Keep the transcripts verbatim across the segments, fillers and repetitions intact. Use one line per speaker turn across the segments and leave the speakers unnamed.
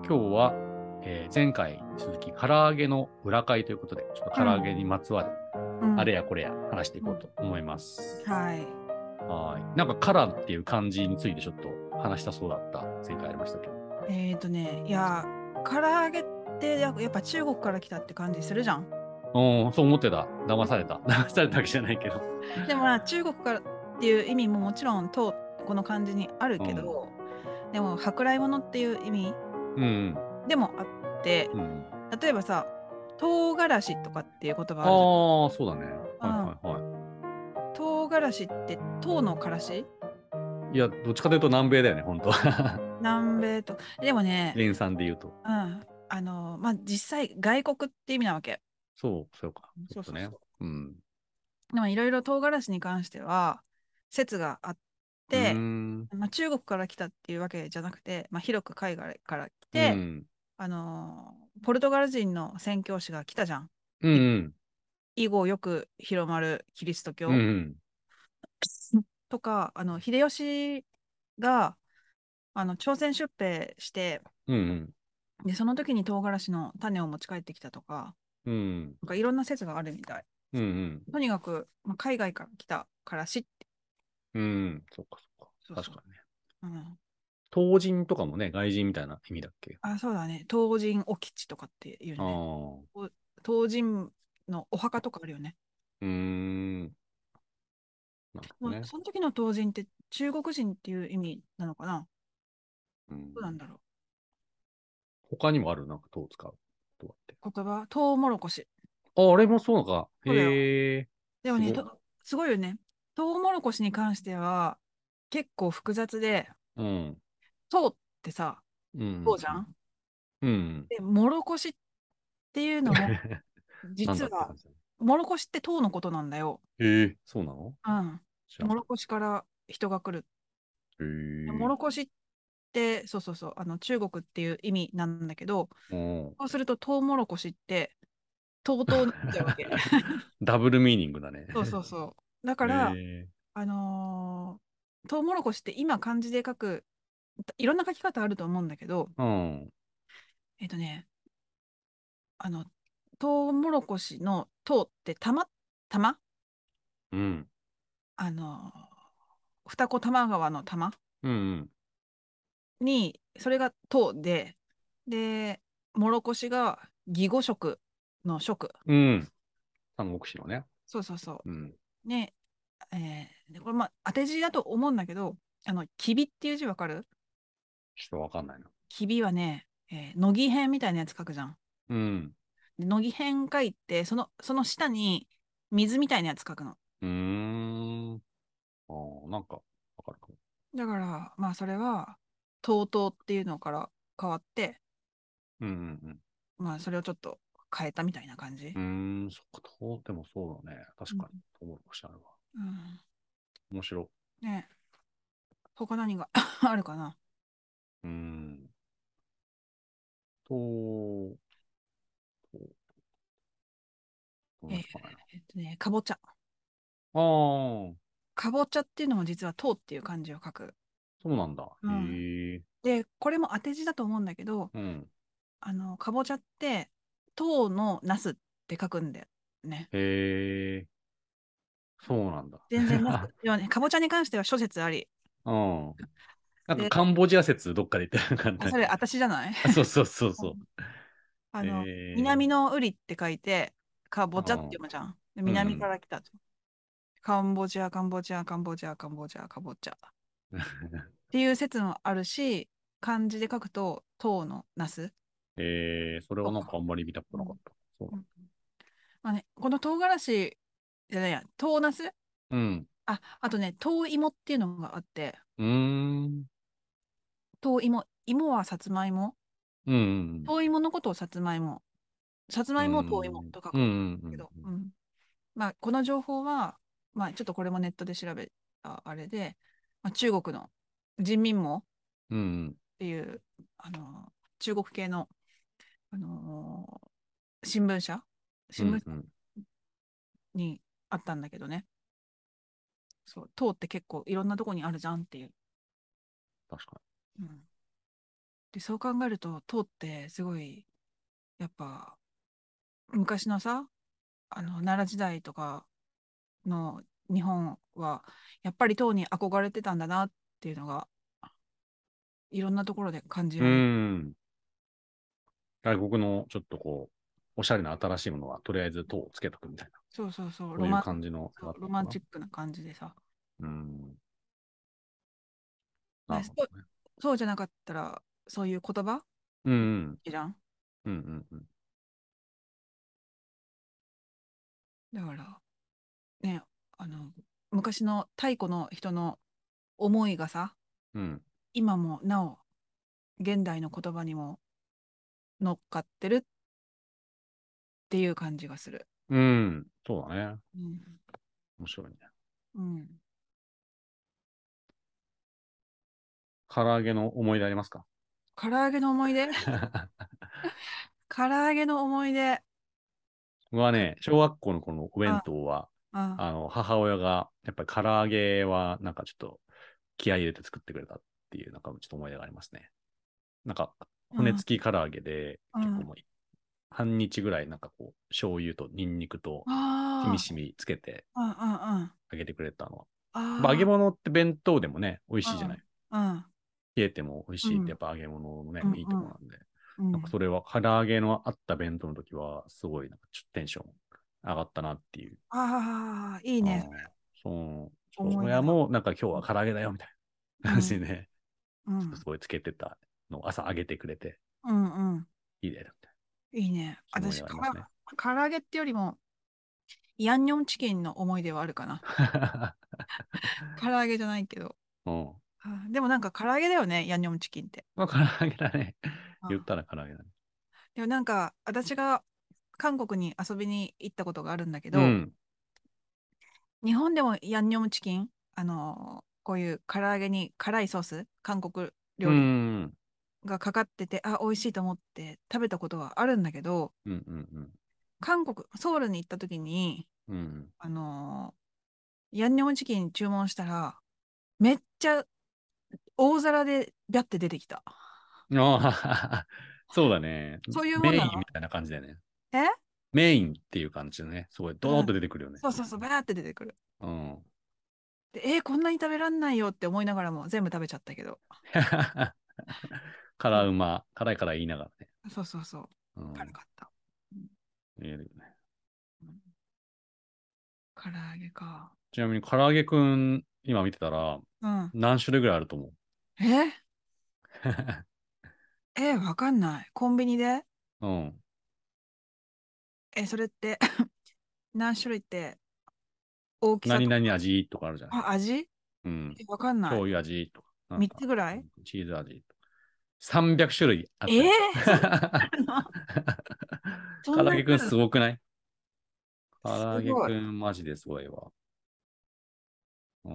今日は、えー前回に続き唐揚げの裏会ということで、ちょっと唐揚げにまつわる、
うん、
あれやこれや話していこうと思います。
はい。
はい。なんかカラーっていう漢字についてちょっと話したそうだった前回ありましたけど。
えっ、ー、とね、いや、唐揚げってややっぱ中国から来たって感じするじゃん。
うん、そう思ってた。騙された。騙されたわけじゃないけど。
でもまあ中国からっていう意味ももちろんとこの漢字にある
うん。
けど、でも舶来物っていう意味
うん。
でもあって、
うん。
例えばさ、唐辛子とかっていう言葉あるじ
ああ、そうだね。
ゃん。うん。
はいはいは
唐辛子って唐の辛子
い。いや、どっちかというと南米だよね、本当は。
南米と。でもね、
原産で言うと。
うん。あの、まあ実際外国って意味なわけ。
そう、そうか。ちょっとね。
そうそうそう。
うん。
でもいろいろ唐辛子に関しては説があっ
うー
て、
ん。
まあ、中国から来たっていうわけじゃなくて、まあ、広く海外から来て、
うん。
あのーポルトガル人の宣教師が来たじゃん。
うん。
以後よく広まるキリスト教
うん。
とか、あの秀吉があの朝鮮出兵して、
うん。
でその時に唐辛子の種を持ち帰ってきたとか、
うん。
なんかいろんな説があるみたい。
うん。
とにかく、まあ、海外から来たからしって。
うん。そっかそっ
そうそう。
か。確かにね。
うん、
唐人とかもね、外人みたいな意味だっけ？
あ、そうだね。唐人お吉とかっていう
ああ
ね。
ー。
お唐人のお墓とかあるよね。
うーん。なるほ
もう
どね。
その時の唐人って中国人っていう意味なのかな。
うん。
どうなんだろ
他にもあるなんか唐を使う言葉って。
う。言葉、トウモロコシ。
あ、あれもそうか。
そうだよ。
へえ。
でもね、
すご。
とすごいよね。トウモロコシに関しては結構複雑で、
うん。
トウってさ、
うん。
トウじゃん。
うん。
で、モロコシっていうのも、
なん
実は、
だって感じだね。
モロコシってトウのことなんだよ。
へえ、そうなの？
うん。
知らんかっ
モロコシから人が来る。
た。へえ。
モロコシって、そうそうそう、あの中国っていう意味なんだけど、
うん。
そうするとトウモロコシって、とうとうになっちゃうわけ。
ダブルミーニングだね。
そうそうそう。だか
へ
ら、
え。
あのー、トウモロコシって今漢字で書く、いろんな書き方あると思うんだけど、
うん。
えっとね、あの、トウモロコシのトウって玉、玉
うん。
あのー、二子玉川の玉
うん。
に、それがトウで、で、モロコシが義語色の色。
うん。三国志のね。
そうそうそ
うん。
う。ね、えーでこれまあ当て字だと思うんだけど、あの、きびっていう字わかる？
ちょっとわかんないな。
きびはね、えー、乃木編みたいなやつ書くじゃん。
うん。
で乃木編書いて、その、その下に水みたいなやつ書くの。
うーん。ああ、なんか、わかるかも。
だから、まあそれは、とうとうっていうのから変わって、
うんうん
まあそれをちょっと変えたみたいな感じ。
うん。うーん、そっか、とってもそうだね。確かに、
うん。
トウモロコシあるわ。
うん、
面白
ね、他何があるかな。
い。うーん。と、どう
えー
なるかな。
えっとね、かぼちゃ。
ああ、
かぼちゃっていうのも実はとうっていう漢字を書く。
そうなんだ。
うん。
へえ。
で、これも当て字だと思うんだけど、
うん。
あの、かぼちゃって、唐のナスって書くんだよね。
へえ。そうなんだ。
全然ナス。ではね、かぼちゃに関しては諸説あり。
うん。なんか
で、
カンボジア説どっかで言ってなかっ
あ、
た。
それ私じゃない？
あ、そうそうそうそ
うん、
う。
あの、
へえ。
南のウリって書いて、かぼちゃって
うん。
読むじゃん。で、南か
うん。
ら来たと。カンボジア、カンボジア、カンボジア、カンボジア、かぼちゃ。っていう説もあるし、漢字で書くと、唐のナス
えー、それはなんか
とか。
あんまり見たこ
うん。
となかった。そう
うん。まあね、この唐辛子じゃないや、唐ナス、
だ。うん。
あ、あとね、唐芋っていうのがあって、
うーん。
唐芋、芋はさつまいも、
うん。
唐芋のことをさつまいも、さつま
う
いもを唐芋
ん。
と書くんだ
うん。うん。
けど、うん。まあ、この情報は、まあ、ちょっとこれもネットで調べたあれで、まあ、中国の人民網っ
うん。
ていう、あの、中国系の、あの新聞社新聞社
うん。うん。
にあったんだけどね、そう、唐って結構いろんなとこにあるじゃんっていう。
確か
うん。 で、そう考えると、唐ってすごい、やっぱ、昔のさ、あの、奈良時代とかの日本は、やっぱり唐に憧れてたんだなっていうのが、いろんなところで感じ
う
られる。
ん。外国のちょっとこう、おしゃれな新しいものは、とりあえず塔をつけとくみたいな、
そうそうそう、
そういう
ロマン、
感じの
そうロ
だったのかな。
マンチックな感じでさ。
うん。な
で、
るほ
そう
どね。
そうじゃなかったら、そういう言葉
うん。
いらん。
うんうんうん。
だから、ね、あの、昔の太古の人の思いがさ、
うん。
今もなお、現代の言葉にも乗っかってるっていう感じがする。
うん。そうだね。
うん。
面白いね。
うん。
唐揚げの思い出ありますか？
唐揚げの思い出唐揚げの思い出。
僕はね、小学校の頃のお弁
あ、
当は、
あ、
あの、母親が、やっぱり唐揚げは、なんかちょっと気合い入れて作ってくれたっていう、なんかちょっと思い出がありますね。なんか、
うん、
骨付き唐揚げで、
うん。
結構もう、半日ぐらい、なんかこう、醤油とニンニクと、しみ
あ
しみつけて
あ、うんうんうん。
あげてくれたのは。まあ、揚げ
あ
物って弁当でもね、美味しいじゃない。
あ、うん、うん、
冷えても美味
うん、
しいってやっぱ揚げ物のね、
うん、
いいところなんで。
うん。うん。
なんかそれは唐揚げのあった弁当の時は、すごいなんかちょっとテンション上がったなっていう。
ああ、いい
ああ、
ね。
そう、そう、
思い出が。
親もなんか今日は唐揚げだよみたいな感じ
うん、
でね、
うん、
ちょっとすごいつけてたのを朝揚げてくれて、
うん、うん。
いいね、みたい
いいね。
な思い出
私、か
がありますね。
唐揚げってよりも、ヤンニョムチキンの思い出はあるかな。唐揚げじゃないけど。
うん。
あ、でもなんか唐揚げだよね、ヤンニョムチキンって。
まあ、唐揚げだね。言っ
あ、
たら唐揚げだね。
でもなんか、私が韓国に遊びに行ったことがあるんだけど、
うん。
日本でもヤンニョムチキン、あのーこういう唐揚げに辛いソース、韓国
う
料理
ん。
がかかってて、あ、美味しいと思って食べたことはあるんだけど、
うん。うん。
韓国、ソウルに行った時に、
うん。
あのーヤンニョムチキン注文したら、めっちゃ大皿でビャって出てきた。
うん。ああ、そうだね。
そういうもん
メ
なの？
インみたいな感じだよね。
え、
メインっていう感じでね。すごいドーン
あ、
と出てくるよね。
そうそうそう、バーって出てくる。
うん。
で、えーこんなに食べらんないよって思いながらも全部食べちゃったけど。
辛うま、辛いから言いながらね。
そうそうそう。
うん。
辛かった。うん。
言えるよね。
うん。唐揚げか。
ちなみに唐揚げくん、今見てたら、
うん。
何種類ぐらいあると思う？
ええーわかんない。コンビニで。
うん。
え、それって何種類って大きさ
何
とか。
々味とかあるじゃない。
あ、味。
うん。
え、わかんない。
醤油味とか、なん
3
か、
つぐらい。
チーズ味とか。さんびゃく種類あっ
えー、
たよ。
そんなの？そ
唐揚
んなにあるの？
げくんすごくない？唐揚げ
すごい。
くんマジですごいわ。うん。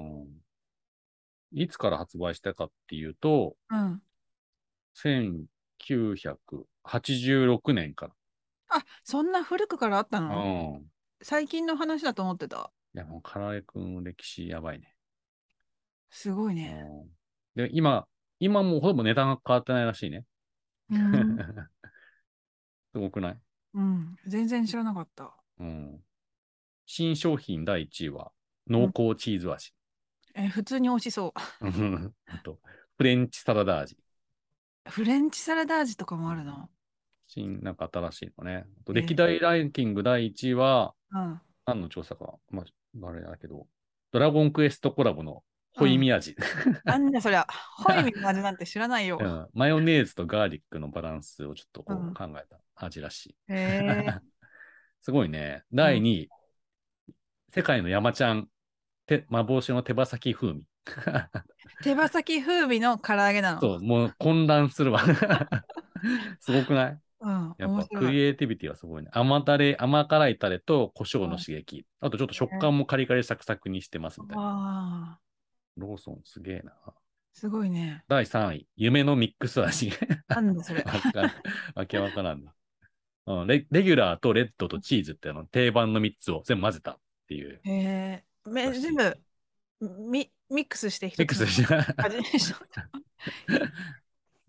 いつから発売したかっていうと、
うん。
せんきゅうひゃくはちじゅうろくねんか
あ、そんな古くからあった
ら。う
の？
ん。
最近の話だと思ってた。
いや、もう唐揚げくんの歴史やばいね。
すごい
う
ね。
ん。で、今、今もうほぼ値段が変わってないらしいね。
うん。
すごくない？
うん。全然知らなかった。
うん。新商品だいいちいは、
うん。
濃厚チーズ味。
え、普通に美味しそ
うんあと、フレンチサラダ味。
う。フレンチサラダ味とかもあるの？
新、なんか新しいのね。あと歴
え
代ランキングだいいちいは、
ー、
何の調査か、まあ、あれだけど、ドラゴンクエストコラボの
うん。うん。
ホイミ味。
なんだそりゃ。ホイミの味なんて知らないよ。
うん、マヨネーズとガーリックのバランスをちょっと
うん。
こう考えた味らしい。
へえ。
すごいね。
うん。
だいにい、世界の山ちゃん、手幻の手羽先風味。
手羽先風味の唐揚げなの？
そう、もう混乱するわ。すごくない？
うん。
やっぱク
面白い。
リエイティビティはすごいね。甘だれ、甘辛いタレと胡椒
うん。
の刺激。あとちょっと食
ね。
感もカリカリサクサクにしてますみたいな。
ああ、
ローソンすげえな。
すごいね。
だいさんい、夢のミックス味。
なんだそれ。
わかん、わけわからんね。うん、レ、レギュラーとレッドとチーズってあの定番のみっつを全部混ぜたっていう
へえ。め、
らしい。
全部ミ、ミックスして
ミッ
一つの
クスして、
味にしようと。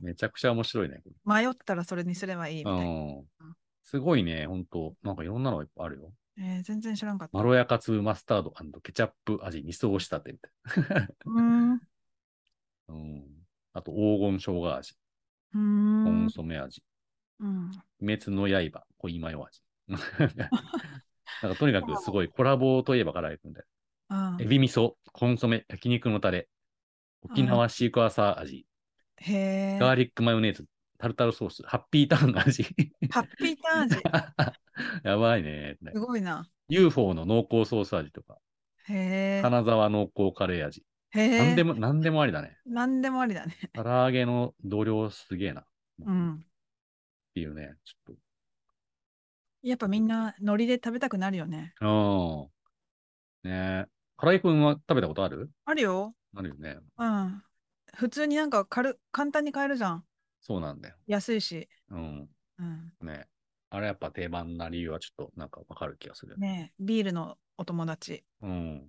めちゃくちゃ面白いね。
迷ったらそれにすればいい
う
みたい
ん。
な。
すごいね、ほんと。なんかいろんなのがいっぱいあるよ。
えー全然知らんかった。
まろやか粒マスタードケチャップ味二層仕立てみたいな。
うーん。う
うん。あと黄金生姜味、
ー
コン
ん。
ソメ味、
うん。
鬼滅の刃、濃いマヨ味。なんかとにかくすごいコラボといえば唐揚げくんで。
うん。
エビ味噌、コンソメ、焼肉のタレ、沖
うん。
縄シークワーサー味、
へえ。
ガーリックマヨネーズ、タルタルソース、ハッピーターン味。
ハッピーターン味。
やばいね。
すごいな。
ユーフォー の濃厚ソース味とか、
へえ。
金沢濃厚カレー味。
へえ。
なんでも、なんでもありだね。
なんでもありだね。
唐揚げの度量すげえな。っ
うん。
ていうね、ちょっ
やっぱみんな海苔で食べたくなるよね。
と。うん。ねえ。唐揚げくんは食べたことある？
あるよ。
あるよね。
うん。普通になんか軽、簡単に買えるじゃん。
そうなんだよ。
安いし。
うん。
うん。
ね。あれやっぱ定番な理由はちょっとなんかわかる気がするよね。
ねえ、ビールのお友達。
うん。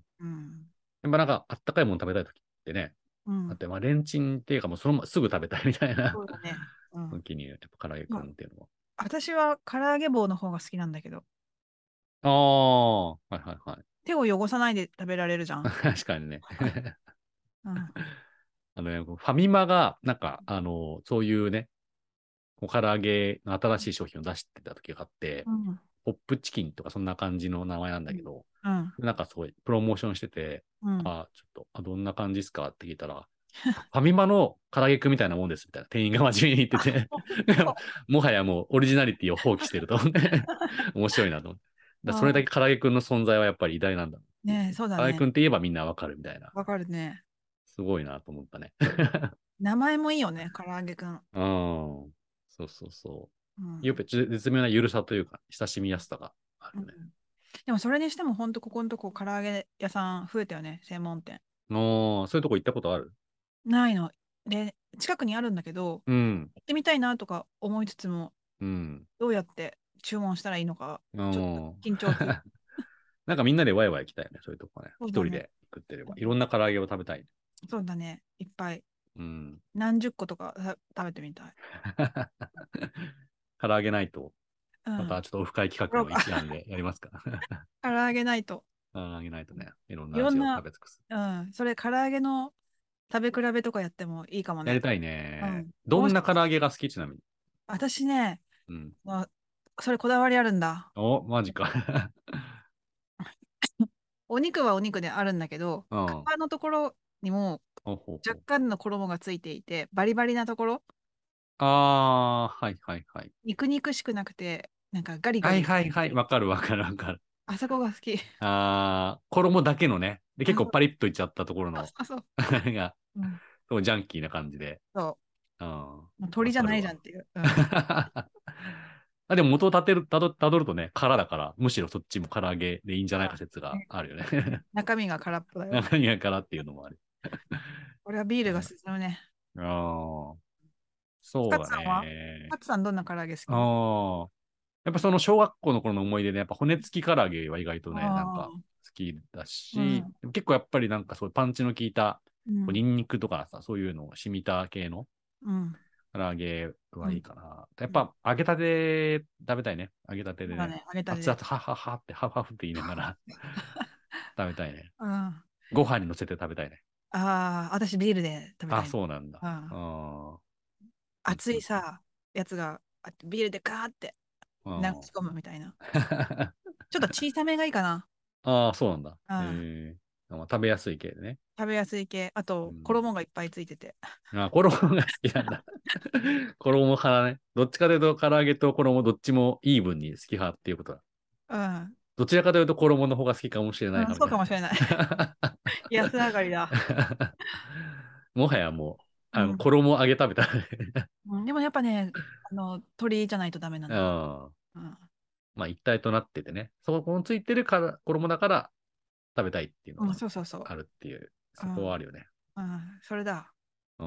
うん。
やっぱなんかあったかいもの食べたい時ってね、
うん。
だってまあレンチンっていうかもうそのまますぐ食べたいみたいな
そうだね。うん。
時にやっぱ唐揚げく
まあ、
んっていうのは。
私は唐揚げ棒の方が好きなんだけど、
ああ、はいはいはい。
手を汚さないで食べられるじゃん。
確かにね。
うん。
あのね、ファミマが、なんか、あの、そういうね、こう唐揚げの新しい商品を出してた時があって、
うん。
ポップチキンとかそんな感じの名前なんだけど、
うん。
なんかすごいプロモーションしてて、
うん。
あ、ちょっと、あ、どんな感じですかって聞いたら、ファミマの唐揚げくんみたいなもんですみたいな店員が真面目に言っててもはやもうオリジナリティを放棄してると思って面白いなと思って。だそれだ
あ、
け唐揚げくんの存在はやっぱり偉大なんだっていう
ねえ、
ね。
そうだね。
唐揚げくんって言えばみんなわかるみたいな。
わかるね。
すごいなと思ったね。
名前もいいよね、唐揚げくん。
うん。そうそうそう。やっ
うん。
ぱ絶妙な緩さというか、親しみやすさがあ
うん。
るね。
でもそれにしても本当ここのとこ唐揚げ屋さん増えたよね、専門店。
おー、そういうとこ行ったことある？
ないの。で、近くにあるんだけど、
うん。
行ってみたいなとか思いつつも、
うん。
どうやって注文したらいいのか、
う
ちょっと
ん。
緊張中。
なんかみんなでワイワイ行きたいよね、そういうとこね。
そうだね。
一人で食ってれば。いろんな唐揚げを食べたい。
そうだね。いっぱい。
うん。
何十個とかた食べてみたい。
唐揚げないと、また
うん。
ちょっとオフ会企画の一案でやりますか？
唐揚げないと。
唐揚げないとね、いろんな味を食
いろんな、
べ尽くす。
うん。それ唐揚げの食べ比べとかやってもいいかもね。
やりたいね。
うん。
どんな唐
面白い。
揚げが好きちなみに？
私ね、
うん。
まあ、それこだわりあるんだ。
お、マジか。
お肉はお肉であるんだけど、
うん。
皮のところにも
ほうほうほう。
若干の衣がついていて、バリバリなところ、
あー、はいはいはい。
肉肉しくなくて、なんかガリガ
はい
リ。
はいはい。わかるわかるわかる。
あそこが好き。
あー、衣だけのね。で、結
あ、そう
構パリッといっちゃったところ
そう
の、
そうそう。
が、
うん。
そうジャンキーな感じで。
そ
うん。
う。もう鳥じゃ
わかるわ。
ないじゃんっていう。うん。
あ、でも元をたてる、たど、たどるとね、空だから、むしろそっちも唐揚げでいいんじゃないか
あ、
説が
ね、
あるよね。
中身が空っぽだよ。
中身が空っていうのもある。
これはビールが
ね、
進むね。
ああ、そうだ
勝さんは
ね。
勝さんどんな唐揚げ好き？
ああ、やっぱその小学校の頃の思い出で、やっぱ骨付き唐揚げは意外とね、なんか
あ
好きだ
あ、う
し、
ん。
でも結構やっぱりなんかそういうパンチの効いた、
うん。
こうニンニクとかさ、そういうのを染みた系の
うん。
唐揚げ
うん。
はいいかな。やっ
うん。
ぱ揚げたて食べたいね。揚げたてでね。
そうだね。揚げたてで。
熱々はっはっはって、はっはっって言いながら食べたいね。
うん。あ
ご飯に乗せて食べたいね。
あ、私ビールで食べた
あ、
い。
そうなんだ。
うん。
ああ、うん
熱
うん
いさ、やつがあってビールでガーって
うん。
流
あ
し込むみたいな。ちょっと小さめがいいかな。
あー、そうなんだ。
うん。
ええ、まあ、食べやすい系でね。
食べやすい系。あと、
うん。
衣がいっぱいついてて。
あ、衣が好きなんだ。衣派だね。どっちかというと、唐揚げと衣、どっちもイーブンに好き派っていうことだ。
うん。
どちらかというと、衣の方が好きかもしれない
うん、
派みたい
そうかもしれない。
な。
安上がりだ。
もはやもう、あの、
うん。
衣揚げ食べたね。
うん、でもやっぱね、あの、鳥じゃないとダメな
う
んだ。
ん。
うん。
まあ、一体となっててね。そこについてるから衣だから食べたいっていうの
うん、
が
そうそうそ
あるっていう、
う。う
そこはあ
ん。
るよね。
うん、それだ。
うん。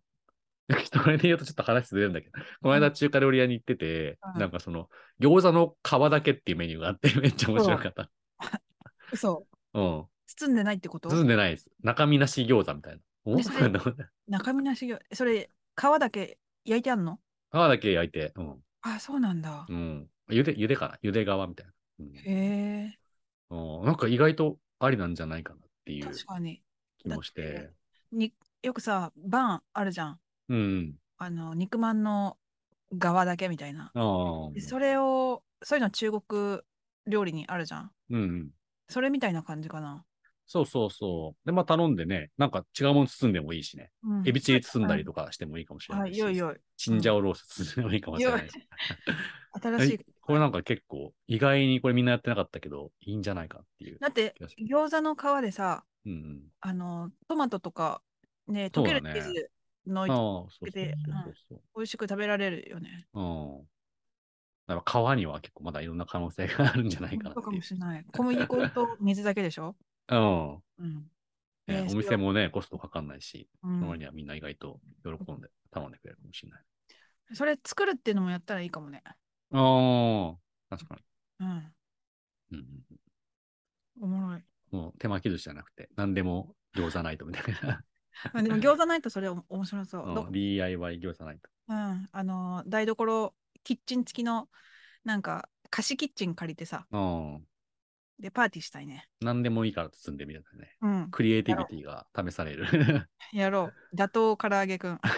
それで言うとちょっと話ずれるんだけど、この
うん。
間中華料理屋に行ってて、
うん。
なんかその、餃子の皮だけっていうメニューがあって、めっちゃ面白
そう。
かった。
嘘。
うん。
包んでないってこと？
包んでないです。中身なし餃子みたいな。お
で、それ、
なんだろうね。
中身なし餃それ、皮だけ焼いてあんの？
皮だけ焼いて、うん。
あ、そうなんだ。
うん。ゆで、ゆでかな。ゆで皮みたいな。うん。
へえ、
うん、なんか意外とありなんじゃないかなっていう
確かに。
気
だっ
もして。
て、に、よくさ、バンあるじゃん。
うん。
あの、肉まんの側だけみたいな。
ああ。
でそれを、そういうの中国料理にあるじゃん。
うん。
それみたいな感じかな。
そうそうそう。で、まあ頼んでね、なんか違うもの包んでもいいしね。
うん。
エビチ
それ、
リ包んだり
うん。
とかしてもいいかもしれ
あ、
ないし、
よいよい。
チ
うん。
ンジャオロース包んでもいいかもしれ
よい。
ないし。
新しい。
はい、これなんか結構意外にこれみんなやってなかったけど、いいんじゃないかっていう
だって、
気がします。
餃子の皮でさ、
うんうん。
あの、トマトとか、ね、溶ける
そうだね。
チーズのい
ああ、そうそう
て、う
そうそう
ん、
そう。
美味しく食べられるよね。
うん。だから皮には結構まだいろんな可能性があるんじゃないかなっ
そうか
ていう。
もしれない。小麦粉と水だけでしょ？
うん。
うん。
ね、
えー、
お
それは、
店もね、コストかかんないし、
うん。
その割にはみんな意外と喜んで頼んでくれるかもしれない。
それ作るっていうのもやったらいいかもね。
ああ、確かに。
うん。
うんうん
おもろい。
うん、もう手巻き寿司じゃなくて、何でも餃子ナイトみたいな。
まあ、でも餃子ないとそれお面白そう。ど
うん、ディーアイワイ 餃子ナイト。
うん。あの、台所、キッチン付きの、なんか、貸しキッチン借りてさ、
うん。
で、パーティーしたいね。
何でもいいから包んでみるとね。
うん。
クリエイティビ
やろ
ティが試される。
う。やろう。打倒唐揚げくん。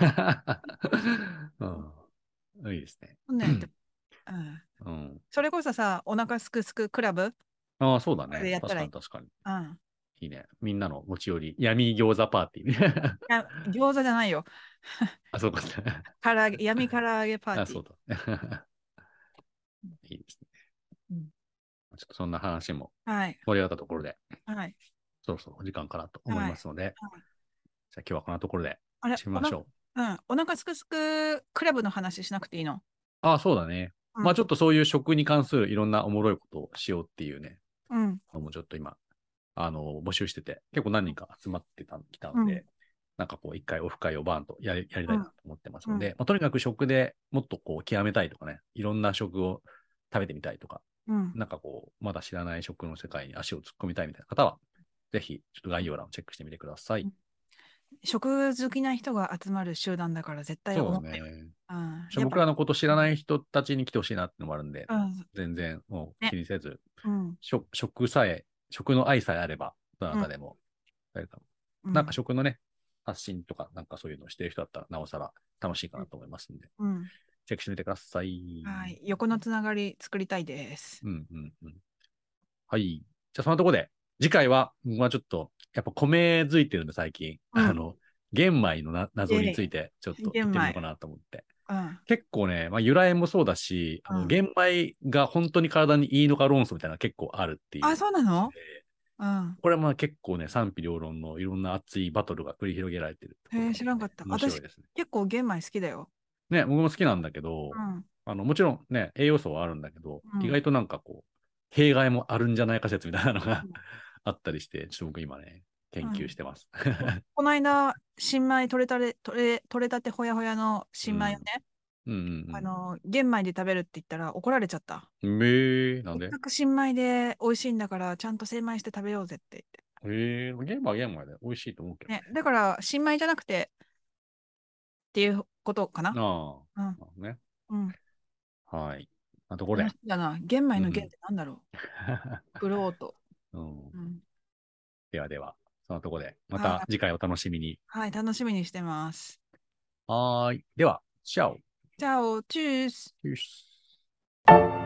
うん、いいですね。
そんなんやって、うん。
うん。
それこそさ、お腹すくすくクラブ
ああ、そうだね。確
でやったらいい。
かに確かに。
うん。
いいね。みんなの持ち寄り、闇餃子パーティー。
いや、餃子じゃないよ。
あ、そうか。
唐揚げ、闇唐揚げパー
あ、
ティー。
そうだ。いいですね。
うん。
ちょっとそんな話も
はい。
盛り上がったところで、
はい。
そろそろお時間かなと思い
はい。
ますので、
はい。
じゃあ今日はこんなところで
あれ、おな、
締めましょう。
うん。お腹すくすくクラブの話しなくていいの？
ああ、そうだね。
うん。
まあちょっとそういう食に関するいろんなおもろいことをしようっていうね、
うん。
のもちょっと今、あの、募集してて、結構何人か集まってた、きた
うん。
ので、なんかこう、一回オフ会をバーンとやりやり
うん。
たいなと思ってます
うん。
ので、まあ、とにかく食でもっとこう、極めたいとかね、いろんな食を食べてみたいとか、
うん。
なんかこう、まだ知らない食の世界に足を突っ込みたいみたいな方は、ぜひ、ちょっと概要欄をチェックしてみてください。
食好きな人が集まる集団だから絶対
そう
思ったよ。
ね。
うん。
ちょ
やっぱ、
僕らのこと知らない人たちに来てほしいなってのもあるんで、
うん。
全然もう気
ね。
にせず、
うん。
食食さえ、食の愛さえあれば、どな
うん。
たでも、なんか
うん。
食のね、発信とか、なんかそういうのをしてる人だったら、なおさら楽しいかなと思いますんで、
うん。
チェックしてみてください。
はい。横のつながり作りたいです。
うんうんうん。はい。じゃあ、そのところで、次回は、まあちょっと、やっぱ米づいてるんで、最近。
うん。
あの、玄米のな謎に
イェ
ついて、ちょっ
イ。
と言
玄米。
ってみようかなと思って。
うん。
結構ね、まあ、由来もそうだし、あの、
うん。
玄米が本当に体にいいのか論争みたいなのが結構あるってい
あ、
う
そうなの？
話で、
うん。
これはまあ結構ね、賛否両論のいろんな熱いバトルが繰り広げられてるところ
へえ、
なのでね、
知らんかった。私、
面白いですね。
結構玄米好きだよ。
ね、僕も好きなんだけど、
うん。
あの、もちろんね、栄養素はあるんだけど、
うん。
意外となんかこう、弊害もあるんじゃないか説みたいなのが
うん。
あったりして、ちょっと僕今ね、研究し
うん。
てます。
この間、新米取れたれ、取れ、取れたてほやほやの
うん。
新米をね、
うんうん
あの、玄米で食べるって言ったら怒られちゃった。
うん。めえー、なんで？
せっかく新米で美味しいんだから、ちゃんと精米して食べようぜって言って。
えー、玄米は玄米で美味しいと思うけど
ね、だから、新米じゃなくてっていうことかな。
ね。あ
うん。
あ、ね。
うん。
はい。なところで。
楽しみだな。玄米の玄っ
うん。
てなんだろう。フロート。
うん、
うん。
ではでは、そのところで、ま
はい。
た次回お楽しみに。
はい、楽しみにしてます。
はーい。では、チャオ。
じゃあ、チュース。
よし。